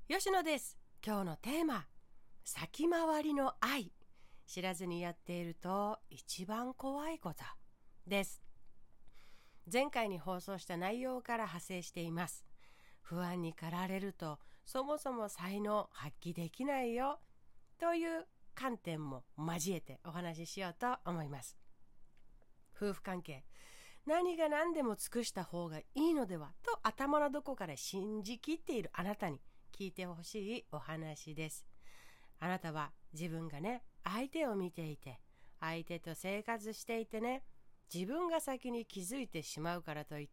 吉野です。今日のテーマ、先回りの愛。知らずにやっていると一番怖いことです。前回に放送した内容から派生しています。不安に駆られるとそもそも才能発揮できないよという観点も交えてお話ししようと思います。夫婦関係、何が何でも尽くした方がいいのではと頭のどこから信じきっているあなたに聞いてほしいお話です。あなたは自分が相手を見ていて、相手と生活していて自分が先に気づいてしまうからといって、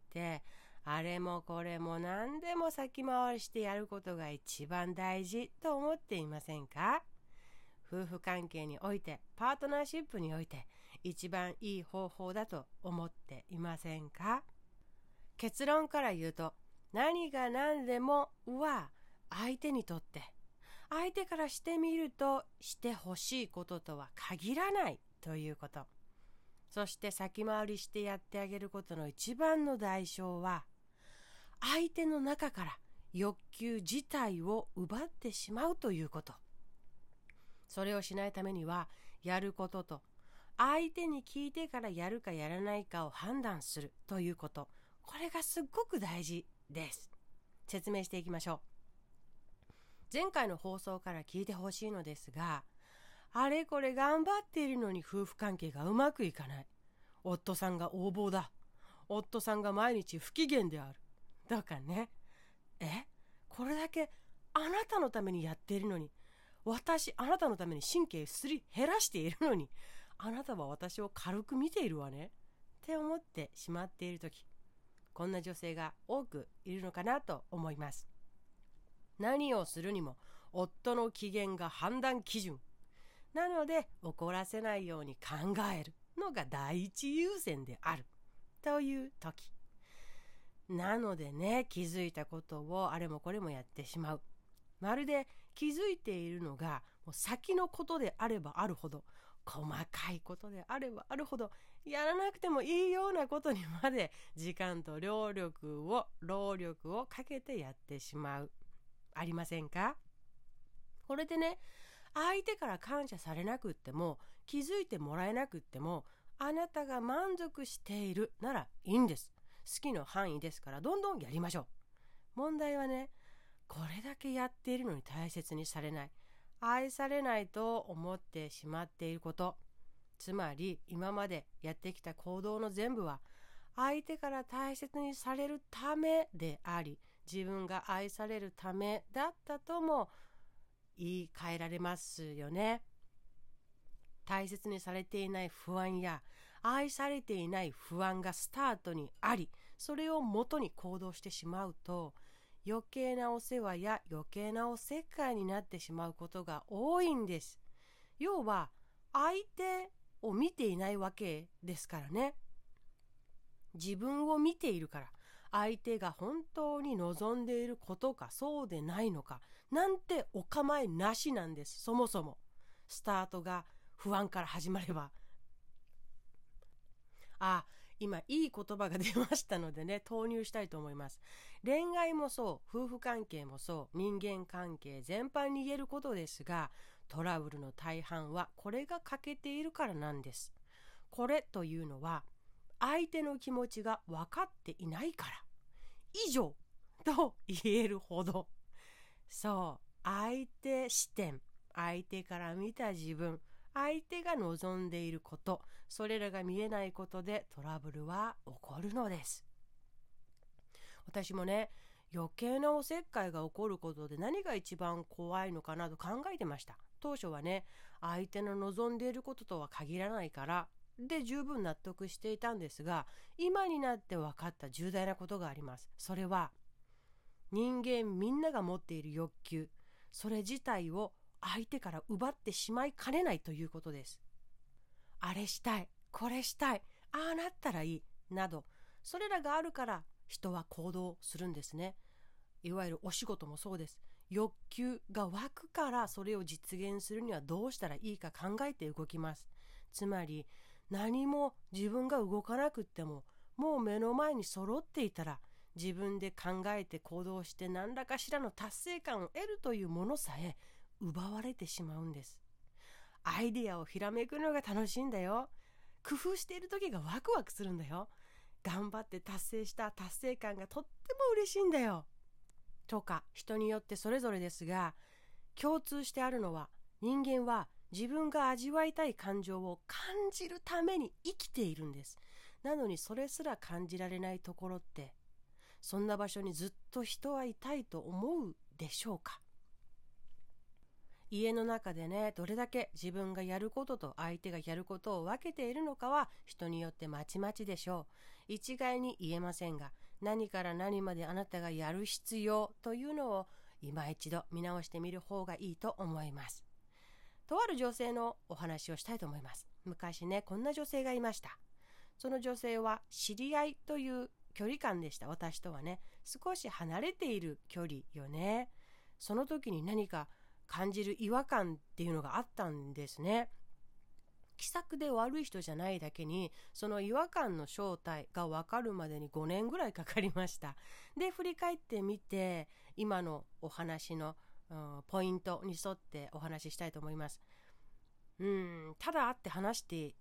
あれもこれも何でも先回りしてやることが一番大事と思っていませんか？夫婦関係において、パートナーシップにおいて、一番いい方法だと思っていませんか？結論から言うと、何が何でもは相手にとって、相手からしてみるとしてほしいこととは限らないということ。そして先回りしてやってあげることの一番の代償は、相手の中から欲求自体を奪ってしまうということ。それをしないためには、やることと相手に聞いてからやるかやらないかを判断するということ。これがすっごく大事です。説明していきましょう。前回の放送から聞いてほしいのですが、あれこれ頑張っているのに夫婦関係がうまくいかない。夫さんが横暴だ。夫さんが毎日不機嫌である。とかね。これだけあなたのためにやっているのに、私あなたのために神経すり減らしているのに、あなたは私を軽く見ているわねって思ってしまっているとき、こんな女性が多くいるのかなと思います。何をするにも夫の機嫌が判断基準なので、怒らせないように考えるのが第一優先であるという時なので気づいたことをあれもこれもやってしまう。まるで気づいているのがもう先のことであればあるほど、細かいことであればあるほど、やらなくてもいいようなことにまで時間と労力をかけてやってしまう。ありませんか？これで相手から感謝されなくっても、気づいてもらえなくっても、あなたが満足しているならいいんです。好きの範囲ですから、どんどんやりましょう。問題はこれだけやっているのに大切にされない、愛されないと思ってしまっていること。つまり今までやってきた行動の全部は相手から大切にされるためであり、自分が愛されるためだったとも言い換えられますよね。大切にされていない不安や愛されていない不安がスタートにあり、それを元に行動してしまうと、余計なお世話や余計なおせっかいになってしまうことが多いんです。要は相手を見ていないわけですからね。自分を見ているから、相手が本当に望んでいることかそうでないのかなんてお構いなしなんです。そもそもスタートが不安から始まれば。今いい言葉が出ましたので投入したいと思います。恋愛もそう、夫婦関係もそう、人間関係全般に言えることですが、トラブルの大半はこれが欠けているからなんです。これというのは、相手の気持ちが分かっていないから以上と言えるほど。そう、相手視点、相手から見た自分、相手が望んでいること、それらが見えないことでトラブルは起こるのです。私も余計なおせっかいが起こることで何が一番怖いのかなと考えてました。当初は相手の望んでいることとは限らないからで十分納得していたんですが、今になって分かった重大なことがあります。それは人間みんなが持っている欲求、それ自体を相手から奪ってしまいかねないということです。あれしたい、これしたい、ああなったらいいなど、それらがあるから人は行動するんですね。いわゆるお仕事もそうです。欲求が湧くからそれを実現するにはどうしたらいいか考えて動きます。つまり何も自分が動かなくっても、もう目の前に揃っていたら自分で考えて行動して何らかしらの達成感を得るというものさえ奪われてしまうんです。アイデアをひらめくのが楽しいんだよ。工夫している時がワクワクするんだよ。頑張って達成した達成感がとっても嬉しいんだよ。とか、人によってそれぞれですが、共通してあるのは、人間は自分が味わいたい感情を感じるために生きているんです。なのにそれすら感じられないところって、そんな場所にずっと人はいたいと思うでしょうか。家の中でね、どれだけ自分がやることと相手がやることを分けているのかは人によってまちまちでしょう。一概に言えませんが、何から何まであなたがやる必要というのを今一度見直してみる方がいいと思います。とある女性のお話をしたいと思います。昔ね、こんな女性がいました。その女性は知り合いという距離感でした。私とはね、少し離れている距離よね。その時に何か感じる違和感っていうのがあったんですね。気さくで悪い人じゃないだけに、その違和感の正体が分かるまでに5年ぐらいかかりました。で、振り返ってみて、今のお話の、ポイントに沿ってお話ししたいと思います。ただ会って話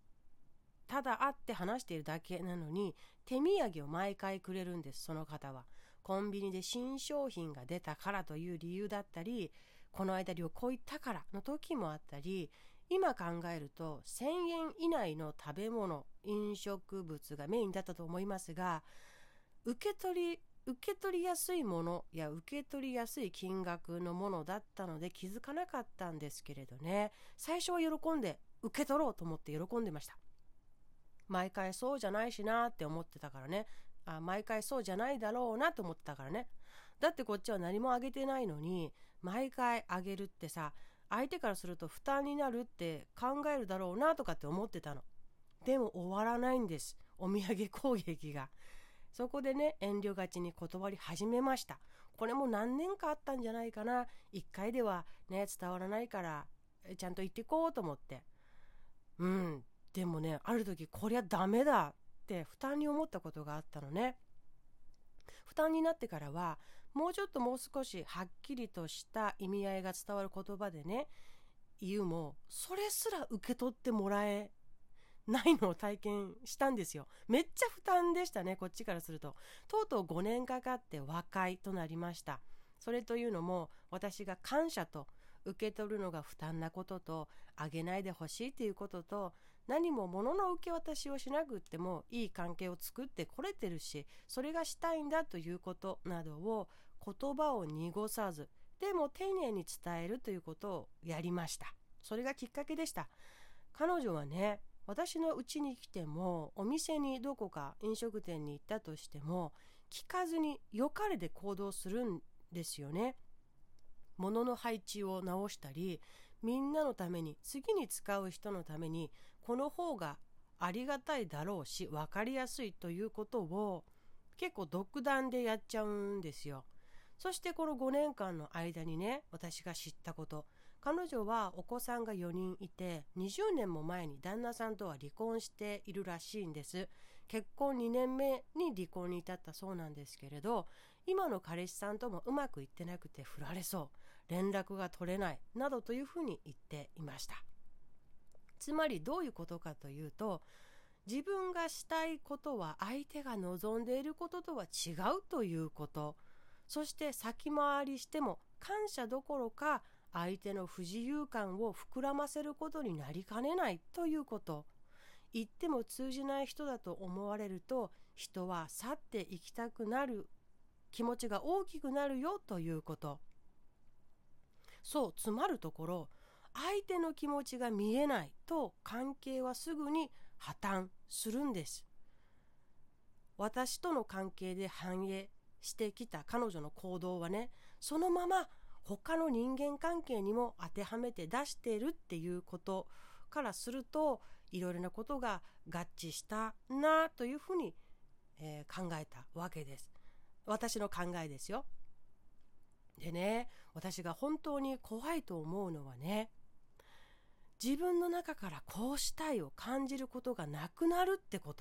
しているだけなのに、手土産を毎回くれるんです。その方はコンビニで新商品が出たからという理由だったり、この間旅行行ったからの時もあったり、今考えると1000円以内の食べ物、飲食物がメインだったと思いますが、受け取りやすいものや受け取りやすい金額のものだったので気づかなかったんですけれどね、最初は喜んで受け取ろうと思って喜んでました。毎回そうじゃないしなって思ってたからね、毎回そうじゃないだろうなと思ってたからね。だってこっちは何もあげてないのに毎回あげるってさ、相手からすると負担になるって考えるだろうなとかって思ってたの。でも終わらないんです、お土産攻撃が。そこでね、遠慮がちに断り始めました。これも何年かあったんじゃないかな。一回ではね伝わらないからちゃんと言っていこうと思って。でもね、ある時こりゃダメだって負担に思ったことがあったのね。負担になってからはもう少しはっきりとした意味合いが伝わる言葉でね言うも、それすら受け取ってもらえないのを体験したんですよ。めっちゃ負担でしたね、こっちからすると。とうとう5年かかって和解となりました。それというのも、私が感謝と受け取るのが負担なことと、あげないでほしいということと、何も物の受け渡しをしなくってもいい関係を作ってこれてるし、それがしたいんだということなどを言葉を濁さず、でも丁寧に伝えるということをやりました。それがきっかけでした。彼女はね、私の家に来ても、お店にどこか飲食店に行ったとしても、聞かずに良かれで行動するんですよね。物の配置を直したり、みんなのために、次に使う人のために、この方がありがたいだろうし、分かりやすいということを結構独断でやっちゃうんですよ。そしてこの5年間の間にね、私が知ったこと、彼女はお子さんが4人いて、20年も前に旦那さんとは離婚しているらしいんです。結婚2年目に離婚に至ったそうなんですけれど、今の彼氏さんともうまくいってなくて振られそう、連絡が取れないなどというふうに言っていました。つまりどういうことかというと、自分がしたいことは相手が望んでいることとは違うということ、そして先回りしても感謝どころか相手の不自由感を膨らませることになりかねないということ。言っても通じない人だと思われると、人は去っていきたくなる気持ちが大きくなるよということ。そう、つまるところ、相手の気持ちが見えないと関係はすぐに破綻するんです。私との関係で反映してきた彼女の行動はね、そのまま他の人間関係にも当てはめて出しているっていうことからすると、いろいろなことが合致したなというふうに、考えたわけです。私の考えですよ。でね、私が本当に怖いと思うのはね、自分の中からこうしたいを感じることがなくなるってこと。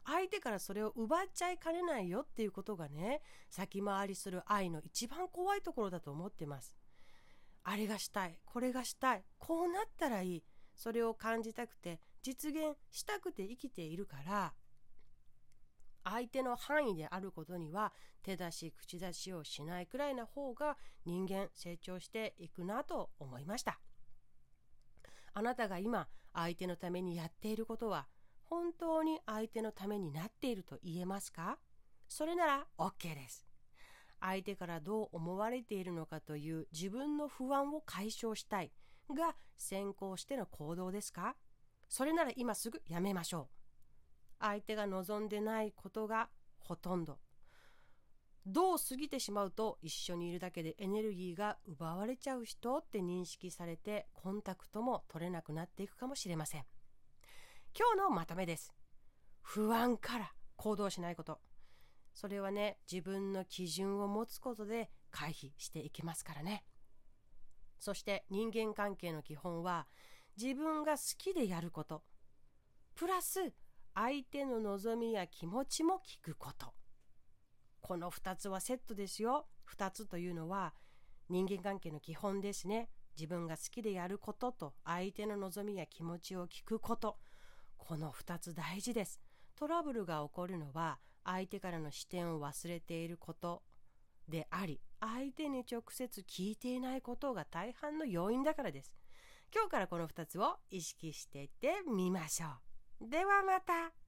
相手からそれを奪っちゃいかねないよっていうことがね、先回りする愛の一番怖いところだと思ってます。あれがしたい、これがしたい、こうなったらいい、それを感じたくて実現したくて生きているから、相手の範囲であることには手出し口出しをしないくらいな方が人間成長していくなと思いました。あなたが今相手のためにやっていることは本当に相手のためになっていると言えますか？それなら OK です。相手からどう思われているのかという自分の不安を解消したいが先行しての行動ですか？それなら今すぐやめましょう。相手が望んでないことがほとんど。どう過ぎてしまうと一緒にいるだけでエネルギーが奪われちゃう人って認識されてコンタクトも取れなくなっていくかもしれません。今日のまとめです。不安から行動しないこと。それはね、自分の基準を持つことで回避していきますからね。そして人間関係の基本は自分が好きでやること。プラス相手の望みや気持ちも聞くこと。この2つはセットですよ。2つというのは人間関係の基本ですね。自分が好きでやることと相手の望みや気持ちを聞くこと。この2つ大事です。トラブルが起こるのは相手からの視点を忘れていることであり、相手に直接聞いていないことが大半の要因だからです。今日からこの2つを意識していってみましょう。ではまた。